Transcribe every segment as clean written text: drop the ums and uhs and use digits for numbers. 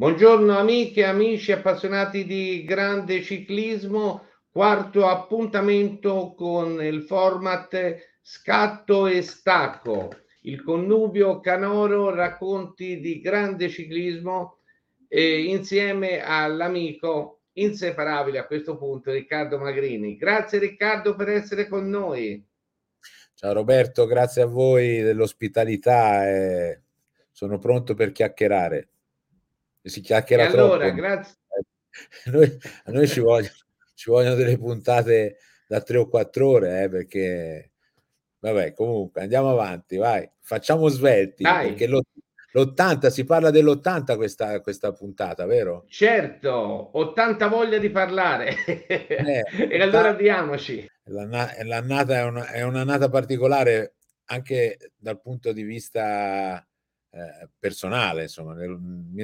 Buongiorno amiche e amici appassionati di grande ciclismo, quarto appuntamento con il format scatto e stacco, il connubio canoro racconti di grande ciclismo insieme all'amico inseparabile a questo punto Riccardo Magrini. Grazie Riccardo per essere con noi. Ciao Roberto, grazie a voi dell'ospitalità e sono pronto per chiacchierare. Si E chiacchiera allora, troppo. grazie. A noi ci vogliono delle puntate da 3 o 4 ore, perché vabbè, comunque andiamo avanti, vai, facciamo svelti, perché Dai. l'80 si parla dell'80 questa puntata, vero? Certo, ho tanta voglia di parlare. E allora l'80 diamoci. l'annata è un'annata particolare anche dal punto di vista personale, insomma. Nel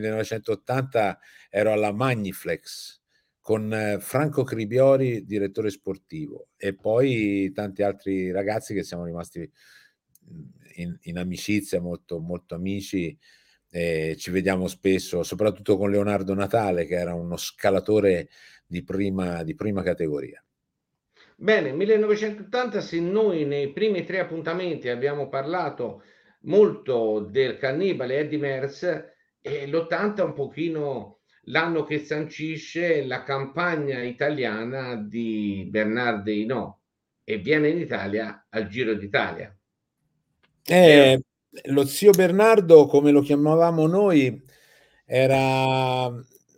1980 ero alla Magniflex con Franco Cribiori, direttore sportivo, e poi tanti altri ragazzi che siamo rimasti in amicizia, molto, molto amici. Ci vediamo spesso, soprattutto con Leonardo Natale, che era uno scalatore di prima categoria. Bene, 1980, se noi nei primi tre appuntamenti abbiamo parlato molto del cannibale Eddie Merckx, l'80 è un pochino l'anno che sancisce la campagna italiana di Bernard Hinault e viene in Italia al Giro d'Italia, Eh, vero? Lo zio Bernardo, come lo chiamavamo noi, era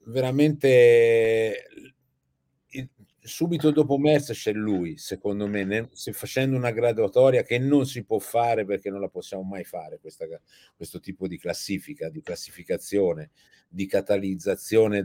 veramente subito dopo Merz c'è lui, secondo me, facendo una graduatoria che non si può fare perché non la possiamo mai fare, questo tipo di classifica, di classificazione, di catalizzazione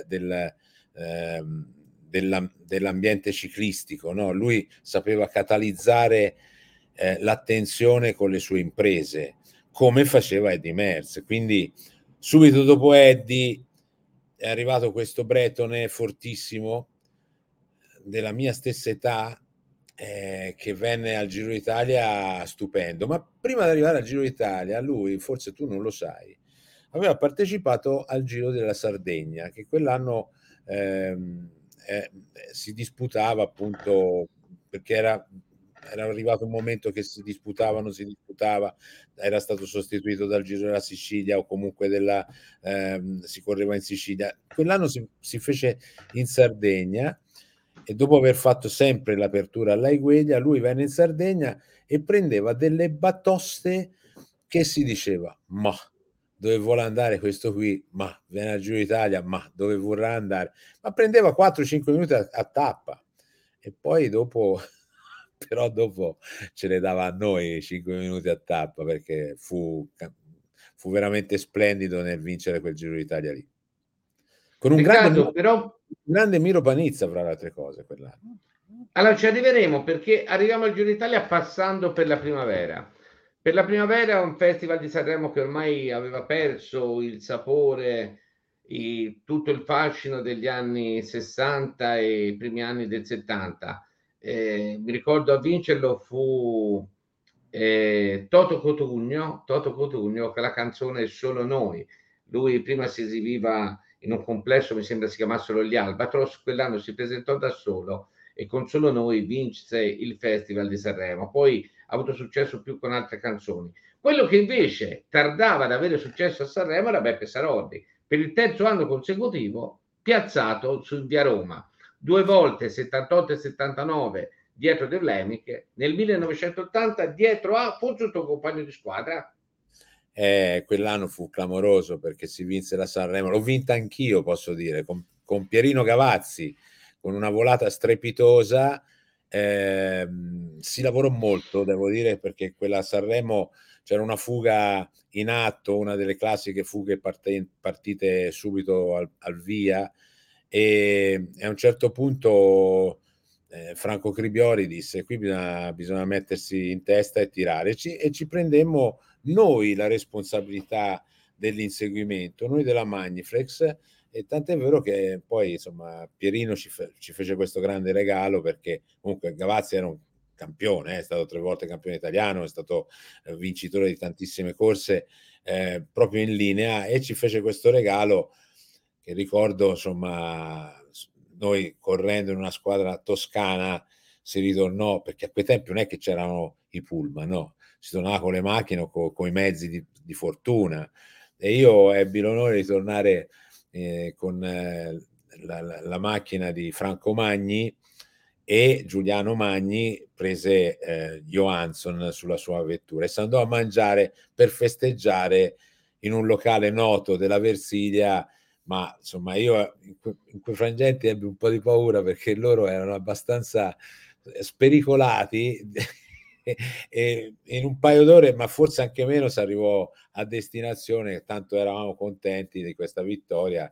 dell'ambiente ciclistico, no? Lui sapeva catalizzare l'attenzione con le sue imprese, come faceva Eddie Merckx. Quindi subito dopo Eddie è arrivato questo bretone fortissimo della mia stessa età, che venne al Giro d'Italia stupendo. Ma prima di arrivare al Giro d'Italia, lui, forse tu non lo sai, aveva partecipato al Giro della Sardegna, che quell'anno ehm, si disputava, appunto, perché era arrivato un momento che si disputava, non si disputava, era stato sostituito dal Giro della Sicilia, o comunque si correva in Sicilia. Quell'anno si fece in Sardegna, e dopo aver fatto sempre l'apertura all'Aigueglia, lui venne in Sardegna e prendeva delle batoste che si diceva: ma dove vuole andare questo qui? Ma viene al Giro d'Italia, ma dove vorrà andare? Ma prendeva 4-5 minuti a tappa, e poi dopo però dopo ce ne dava a noi 5 minuti a tappa, perché fu veramente splendido nel vincere quel Giro d'Italia lì. Con Riccardo, però un grande Miro Panizza, fra le altre cose, quell'anno. allora ci arriveremo perché arriviamo al Giro d'Italia passando per la primavera. Per la primavera è un festival di Sanremo che ormai aveva perso il sapore, tutto il fascino degli anni 60 e i primi anni del 70. Mi ricordo a vincerlo fu Toto Cotugno con la canzone Solo Noi. Lui prima si esibiva in un complesso, mi sembra si chiamassero gli Albatros, quell'anno si presentò da solo e con Solo Noi vinse il Festival di Sanremo. Poi ha avuto successo più con altre canzoni. Quello che invece tardava ad avere successo a Sanremo era Beppe Saroldi, per il terzo anno consecutivo piazzato su Via Roma, due volte 78 e 79 dietro De Vlaeminck, nel 1980 dietro a forse il tuo compagno di squadra. Quell'anno fu clamoroso perché si vinse la Sanremo, l'ho vinta anch'io, posso dire, con Pierino Gavazzi, con una volata strepitosa. Si lavorò molto, devo dire, perché quella Sanremo c'era una fuga in atto, una delle classiche fughe partite subito al via, e a un certo punto Franco Cribiori disse: qui bisogna mettersi in testa e tirare, e ci prendemmo noi la responsabilità dell'inseguimento, noi della Magniflex. E tant'è vero che poi, insomma, Pierino ci fece questo grande regalo, perché comunque Gavazzi era un campione, è stato 3 volte campione italiano, è stato vincitore di tantissime corse proprio in linea, e ci fece questo regalo che ricordo, insomma, noi correndo in una squadra toscana si ritornò, perché a quei tempi non è che c'erano i pullman, no, si tornava con le macchine o con i mezzi di fortuna, e io ebbi l'onore di tornare con la macchina di Franco Magni, e Giuliano Magni prese Johansson sulla sua vettura e si andò a mangiare per festeggiare in un locale noto della Versilia. Ma insomma io in quei frangenti ebbi un po' di paura, perché loro erano abbastanza spericolati e in un paio d'ore, ma forse anche meno, si arrivò a destinazione, tanto eravamo contenti di questa vittoria,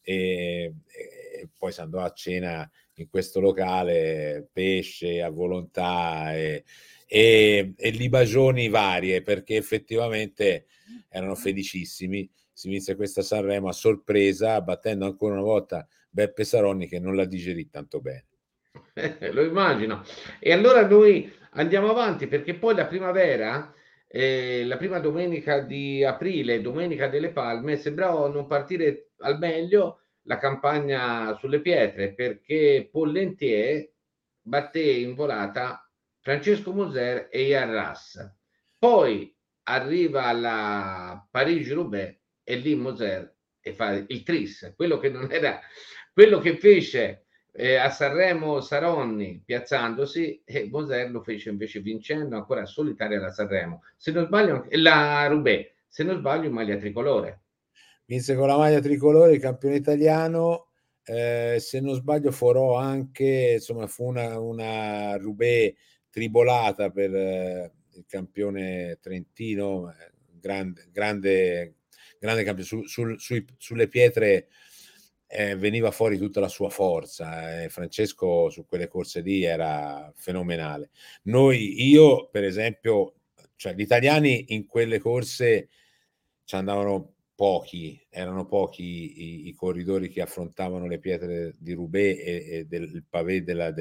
e poi si andò a cena in questo locale, pesce a volontà e libagioni varie, perché effettivamente erano felicissimi. Si vinse questa Sanremo a sorpresa, battendo ancora una volta Beppe Saronni, che non la digerì tanto bene. Lo immagino. E allora noi andiamo avanti, perché poi la primavera, la prima domenica di aprile, Domenica delle Palme, sembrava non partire al meglio la campagna sulle pietre, perché Pollentier batté in volata Francesco Moser e Ian Ras. Poi arriva la Parigi-Roubaix e lì Moser e fa il tris, quello che fece a Sanremo Saronni piazzandosi, e Moser lo fece invece vincendo ancora solitaria la Sanremo, se non sbaglio la Roubaix, se non sbaglio in maglia tricolore. Vinse con la maglia tricolore il campione italiano, se non sbaglio forò anche, insomma fu una Roubaix tribolata per il campione trentino, grande campione, sulle pietre veniva fuori tutta la sua forza, Francesco su quelle corse lì era fenomenale. Io per esempio, cioè gli italiani in quelle corse ci andavano pochi, erano pochi i corridori che affrontavano le pietre di Roubaix e del pavé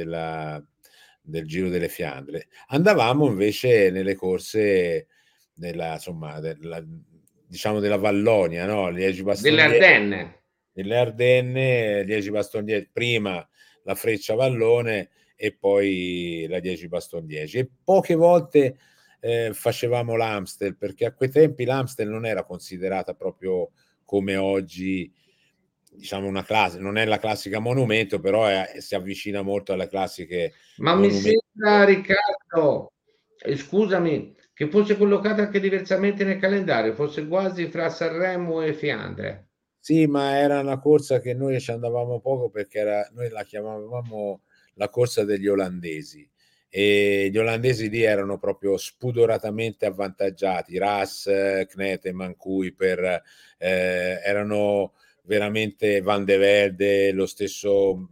del Giro delle Fiandre. Andavamo invece nelle corse insomma, diciamo della Vallonia, no? Delle Liegi-Bastogne, Ardenne. nelle Ardenne, Liegi-Bastogne, prima la Freccia Vallone e poi la Liegi-Bastogne. E poche volte facevamo l'Amstel, perché a quei tempi l'Amstel non era considerata proprio come oggi, diciamo, una classe, non è la classica monumento, però si avvicina molto alle classiche Ma mi monumenti. sembra, Riccardo, scusami, che fosse collocata anche diversamente nel calendario, fosse quasi fra Sanremo e Fiandre. Sì, ma era una corsa che noi ci andavamo poco, perché noi la chiamavamo la corsa degli olandesi, e gli olandesi lì erano proprio spudoratamente avvantaggiati. Ras, Knetemann, Kuiper, erano veramente Van de Velde, lo stesso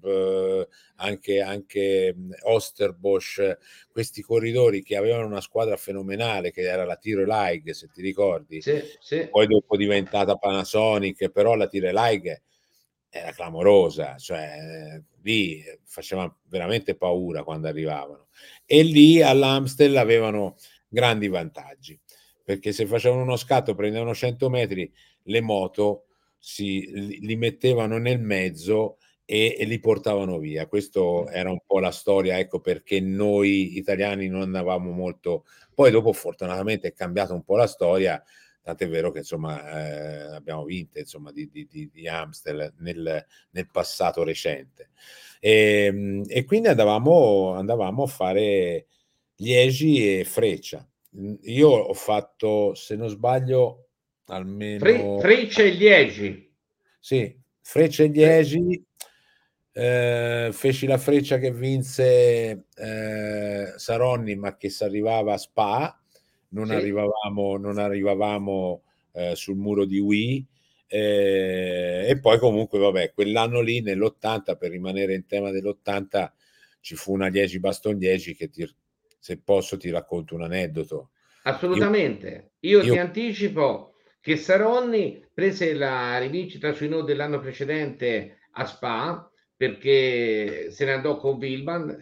anche Osterbosch, questi corridori che avevano una squadra fenomenale, che era la Tiro Leigh, se ti ricordi, Sì, che sì. poi dopo è diventata Panasonic, però la Tiro Leigh era clamorosa, cioè lì faceva veramente paura quando arrivavano, e lì all'Amstel avevano grandi vantaggi, perché se facevano uno scatto, prendevano 100 metri, le moto li mettevano nel mezzo e li portavano via. Questo era un po' la storia, ecco perché noi italiani non andavamo molto. Poi dopo fortunatamente è cambiata un po' la storia, tant'è vero che insomma abbiamo vinto insomma di Amstel nel passato recente, e quindi andavamo a fare Liegi e Freccia. Io ho fatto, se non sbaglio, almeno Freccia e Liegi. sì, Freccia e Fre- Liegi. Feci la Freccia che vinse Saronni, ma che si arrivava a Spa, sì, non arrivavamo sul muro di Wii, e poi comunque vabbè, quell'anno lì nell'80, per rimanere in tema dell'80, ci fu una 10 che se posso ti racconto un aneddoto. Io, assolutamente. Io ti io anticipo che Saronni prese la rivincita sui no dell'anno precedente a Spa, perché se ne andò con Wilman,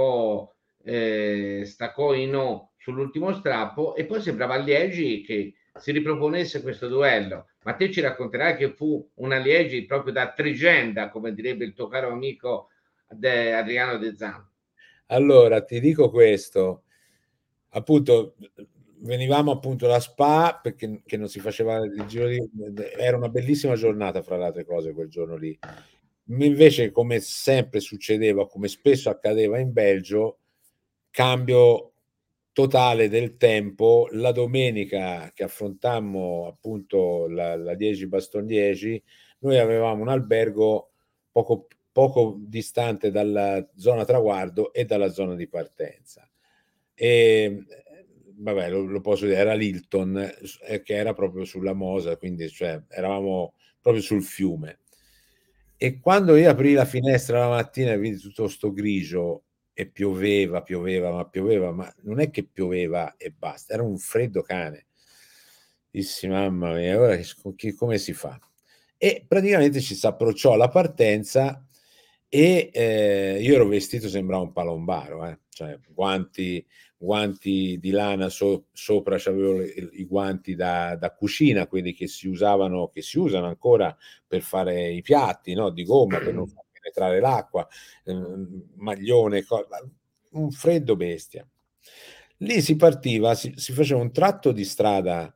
staccò i no sull'ultimo strappo, e poi sembrava a Liegi che si riproponesse questo duello, ma te ci racconterai che fu una Liegi proprio da trigenda, come direbbe il tuo caro amico Adriano De Zan. Allora, ti dico questo, appunto, venivamo appunto da Spa perché che non si faceva il giro di... Era una bellissima giornata, fra le altre cose, quel giorno lì. Invece, come sempre succedeva, come spesso accadeva in Belgio, cambio totale del tempo. La domenica che affrontammo appunto la 10 noi avevamo un albergo poco distante dalla zona traguardo e dalla zona di partenza. E vabbè, lo posso dire, era l'Hilton, che era proprio sulla Mosa, quindi cioè, eravamo proprio sul fiume. E quando io aprì la finestra la mattina e vidi tutto sto grigio e pioveva, ma non è che pioveva e basta, era un freddo cane. Dissi, mamma mia, ora come si fa? E praticamente ci si approcciò alla partenza e io ero vestito, sembrava un palombaro, cioè guanti di lana, sopra c'avevo i guanti da cucina, quelli che si usavano, che si usano ancora per fare i piatti, no? Di gomma per non far penetrare l'acqua, maglione, un freddo bestia. Lì si partiva, si faceva un tratto di strada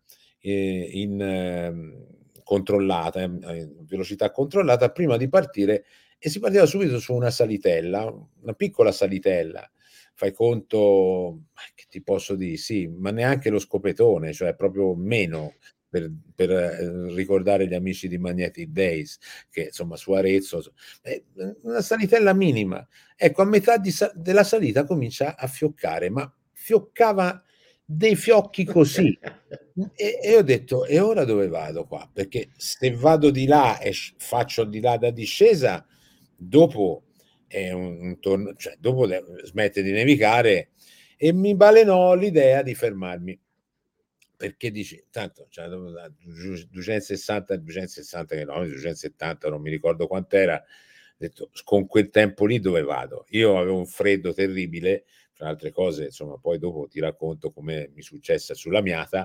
controllata, velocità controllata prima di partire, e si partiva subito su una salitella, una piccola salitella. Fai conto, che ti posso dire, sì, ma neanche lo scopetone, cioè proprio meno per ricordare gli amici di Magnetic Days, che insomma su Arezzo, una salitella minima. Ecco, a metà della salita comincia a fioccare, ma fioccava dei fiocchi così. E ho detto, e ora dove vado qua? Perché se vado di là e faccio di là da discesa, dopo è un torno, cioè dopo smette di nevicare, e mi balenò l'idea di fermarmi. Perché dici, tanto cioè, 260 km, 270, non mi ricordo quant'era. Ho detto, con quel tempo lì dove vado? Io avevo un freddo terribile, tra altre cose, insomma, poi dopo ti racconto come mi successe sulla Miata,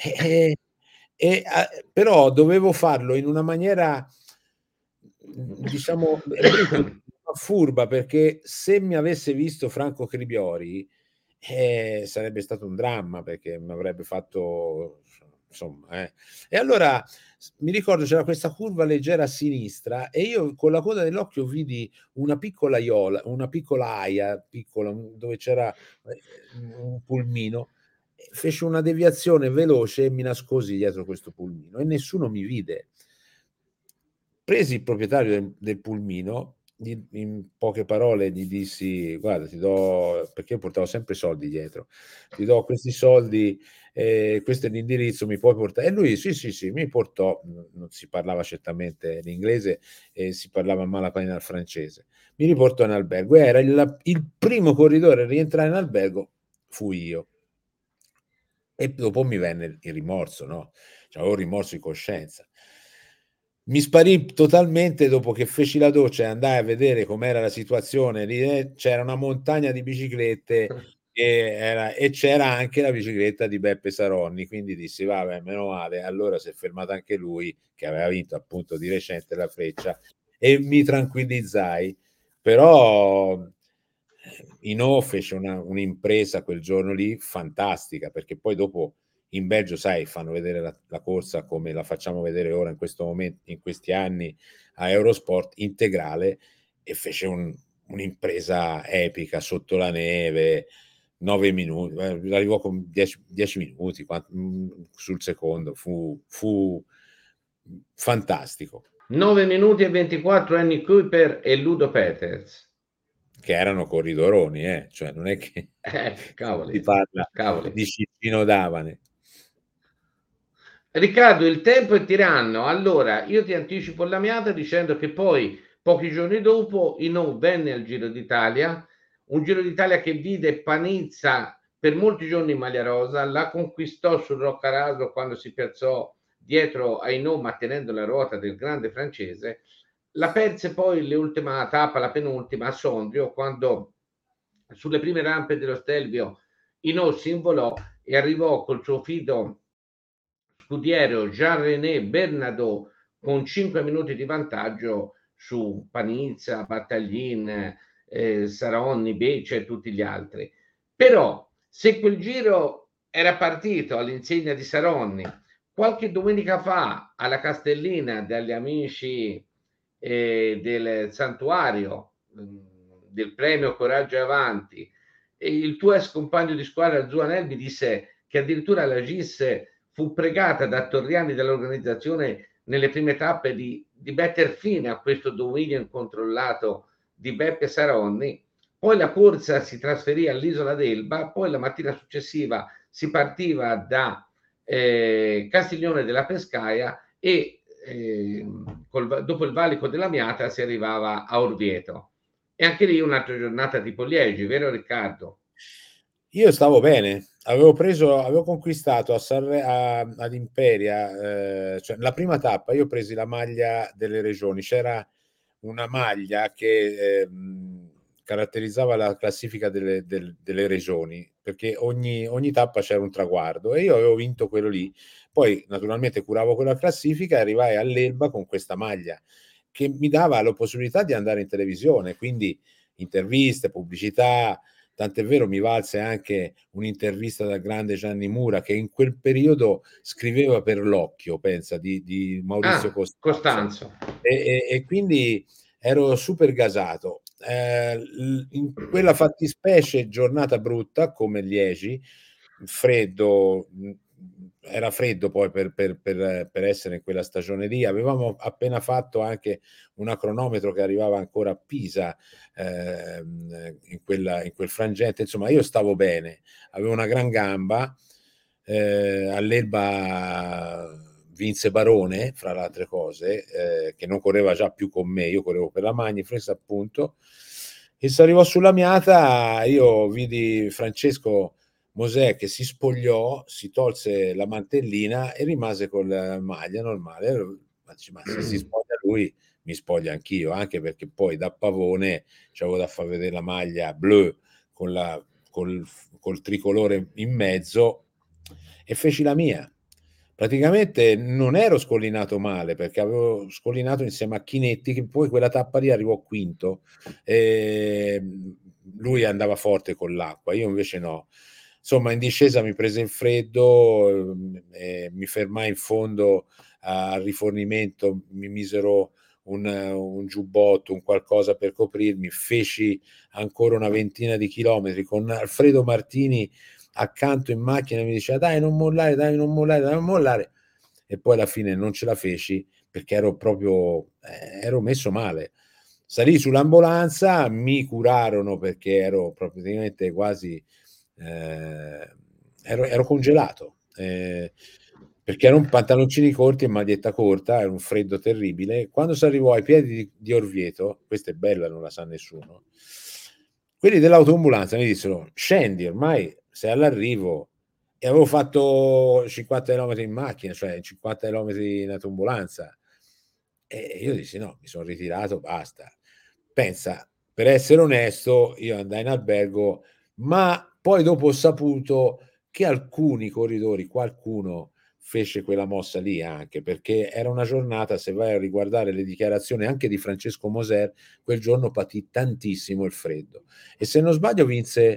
però dovevo farlo in una maniera, diciamo, è brutto, furba, perché se mi avesse visto Franco Cribiori, sarebbe stato un dramma, perché mi avrebbe fatto, insomma, E allora mi ricordo c'era questa curva leggera a sinistra e io con la coda dell'occhio vidi una piccola aia piccola, dove c'era un pulmino. Fece una deviazione veloce e mi nascosi dietro questo pulmino e nessuno mi vide. Presi il proprietario del pulmino, in poche parole gli dissi, guarda, ti do, perché io portavo sempre soldi dietro, ti do questi soldi, questo è l'indirizzo, mi puoi portare? E lui sì, mi portò, non si parlava certamente l'inglese, si parlava a malapena il francese, mi riportò in albergo, era il primo corridore a rientrare in albergo, fui io. E dopo mi venne il rimorso, no? Cioè, avevo rimorso di coscienza. Mi sparì totalmente dopo che feci la doccia e andai a vedere com'era la situazione. Lì c'era una montagna di biciclette e c'era anche la bicicletta di Beppe Saronni, quindi dissi, vabbè, meno male, allora si è fermato anche lui, che aveva vinto appunto di recente la Freccia, e mi tranquillizzai. Però Hinault fece un'impresa quel giorno lì fantastica, perché poi dopo in Belgio, sai, fanno vedere la corsa come la facciamo vedere ora in questo momento, in questi anni a Eurosport integrale, e fece un'impresa epica sotto la neve, 9 minuti, arrivò con 10 minuti sul secondo, fu fantastico. 9 minuti e 24 Annie Cooper e Ludo Peters. Che erano corridoroni, cioè non è che si Cavoli, parla cavoli. di Cicino Davane. Riccardo, il tempo è tiranno. Allora, io ti anticipo la miata dicendo che poi, pochi giorni dopo, Hinault venne al Giro d'Italia, un Giro d'Italia che vide Panizza per molti giorni in maglia rosa, la conquistò sul Roccaraso quando si piazzò dietro a Hinault, ma tenendo la ruota del grande francese. La perse poi l'ultima tappa, la penultima, a Sondrio, quando sulle prime rampe dello Stelvio Hinault si involò e arrivò col suo fido scudiero Jean-René Bernadotte con 5 minuti di vantaggio su Panizza, Battaglin, Saronni, Becce e tutti gli altri. Però se quel giro era partito all'insegna di Saronni qualche domenica fa alla Castellina dagli amici del santuario del premio Coraggio e Avanti, e il tuo ex compagno di squadra Zuanel mi disse che addirittura la GIS fu pregata da Torriani dell'organizzazione nelle prime tappe di mettere fine a questo dominio incontrollato di Beppe Saronni. Poi la corsa si trasferì all'isola d'Elba, poi la mattina successiva si partiva da Castiglione della Pescaia e dopo il valico della Miata si arrivava a Orvieto. E anche lì un'altra giornata tipo Liegi, vero Riccardo? Io stavo bene, avevo conquistato ad Imperia, cioè la prima tappa io presi la maglia delle regioni, c'era una maglia che caratterizzava la classifica delle regioni, perché ogni tappa c'era un traguardo e io avevo vinto quello lì. Poi naturalmente curavo quella classifica e arrivai all'Elba con questa maglia che mi dava la possibilità di andare in televisione, quindi interviste, pubblicità. Tant'è vero, mi valse anche un'intervista dal grande Gianni Mura, che in quel periodo scriveva per l'Occhio, pensa, di Maurizio Ah, Costanzo. Costanzo. E quindi ero super gasato. In quella fattispecie, giornata brutta come Liegi, freddo, era freddo poi per essere in quella stagione lì. Avevamo appena fatto anche un cronometro che arrivava ancora a Pisa, in quel frangente. Insomma, io stavo bene, avevo una gran gamba. All'Elba vinse Barone, fra le altre cose, che non correva già più con me, io correvo per la Magniflex appunto, e si arrivò sulla Miata, io vidi Francesco Mosè che si spogliò, si tolse la mantellina e rimase con la maglia normale. Ma se si spoglia lui, mi spoglio anch'io, anche perché poi da pavone c'avevo da far vedere la maglia blu con col tricolore in mezzo e feci la mia. Praticamente non ero scollinato male perché avevo scollinato insieme a Chinetti che poi quella tappa lì arrivò quinto. E lui andava forte con l'acqua, io invece no. Insomma, in discesa mi prese il freddo, mi fermai in fondo al rifornimento, mi misero un giubbotto, un qualcosa per coprirmi, feci ancora una ventina di chilometri con Alfredo Martini accanto in macchina, mi diceva dai non mollare, dai non mollare, dai non mollare, e poi alla fine non ce la feci perché ero proprio, ero messo male. Salì sull'ambulanza, mi curarono perché ero praticamente quasi, ero congelato. Perché erano pantaloncini corti e maglietta corta, era un freddo terribile. Quando si arrivò ai piedi di Orvieto, questa è bella, non la sa nessuno, quelli dell'autoambulanza mi dissero scendi, ormai sei all'arrivo, e avevo fatto 50 km in macchina, cioè 50 km in autoambulanza, e io dissi no, mi sono ritirato, basta. Pensa, per essere onesto, io andai in albergo, ma poi dopo ho saputo che alcuni corridori, qualcuno fece quella mossa lì anche, perché era una giornata, se vai a riguardare le dichiarazioni anche di Francesco Moser, quel giorno patì tantissimo il freddo. E se non sbaglio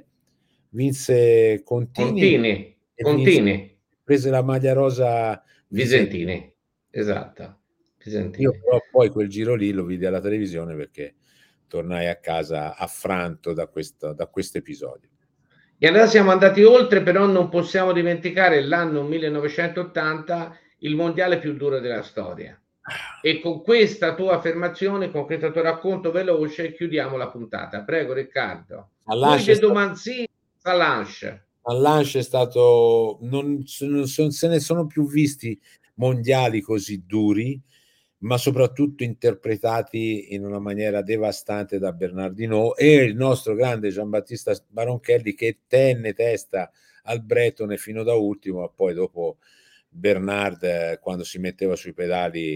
vinse Contini Contini, e Contini, prese la maglia rosa Visentini. Visentini, esatto, Io Visentini. però poi quel giro lì lo vidi alla televisione perché tornai a casa affranto da questo episodio. E allora siamo andati oltre, però non possiamo dimenticare l'anno 1980, il mondiale più duro della storia. E con questa tua affermazione, con questo tuo racconto veloce, chiudiamo la puntata. Prego, Riccardo. Puy All'Anche de Domanzi, Salanche. All'Anche è stato, non se ne sono più visti mondiali così duri, ma soprattutto interpretati in una maniera devastante da Bernardino e il nostro grande Giambattista Baronchelli che tenne testa al Bretone fino da ultimo, ma poi dopo Bernard, quando si metteva sui pedali,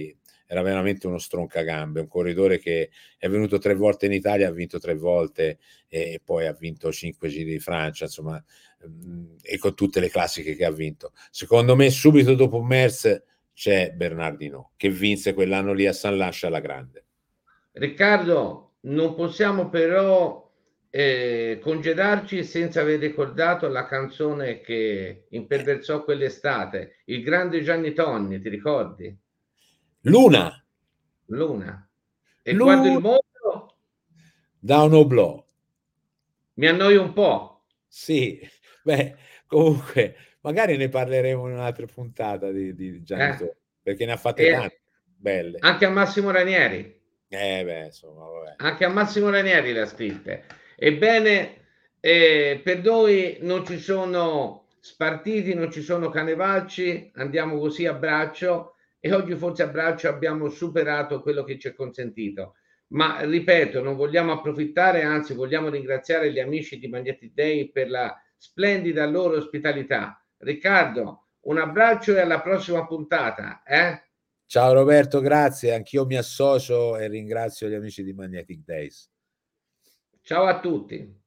era veramente uno stroncagambe, un corridore che è venuto 3 volte in Italia, ha vinto 3 volte e poi ha vinto 5 Giri di Francia, insomma, e con tutte le classiche che ha vinto. Secondo me subito dopo Merckx c'è Bernard Hinault, che vinse quell'anno lì a Saint-Lâche alla grande. Riccardo, non possiamo però congedarci senza aver ricordato la canzone che imperversò quell'estate, il grande Gianni Tonni, ti ricordi? Luna, Luna. E guardo il Luna mondo, da un oblò. mi annoio un po'. Sì, beh, comunque, magari ne parleremo in un'altra puntata di Gianni Eh? Toni, perché ne ha fatte E tante belle. anche a Massimo Ranieri. Beh, insomma, vabbè. Anche a Massimo Ranieri le ha scritte. Ebbene, per noi non ci sono spartiti, non ci sono canevalci, andiamo così a braccio e oggi forse a braccio abbiamo superato quello che ci è consentito. Ma ripeto, non vogliamo approfittare, anzi vogliamo ringraziare gli amici di Magnetic Day per la splendida loro ospitalità. Riccardo, un abbraccio e alla prossima puntata. Ciao Roberto, grazie. Anch'io mi associo e ringrazio gli amici di Magnetic Days. Ciao a tutti.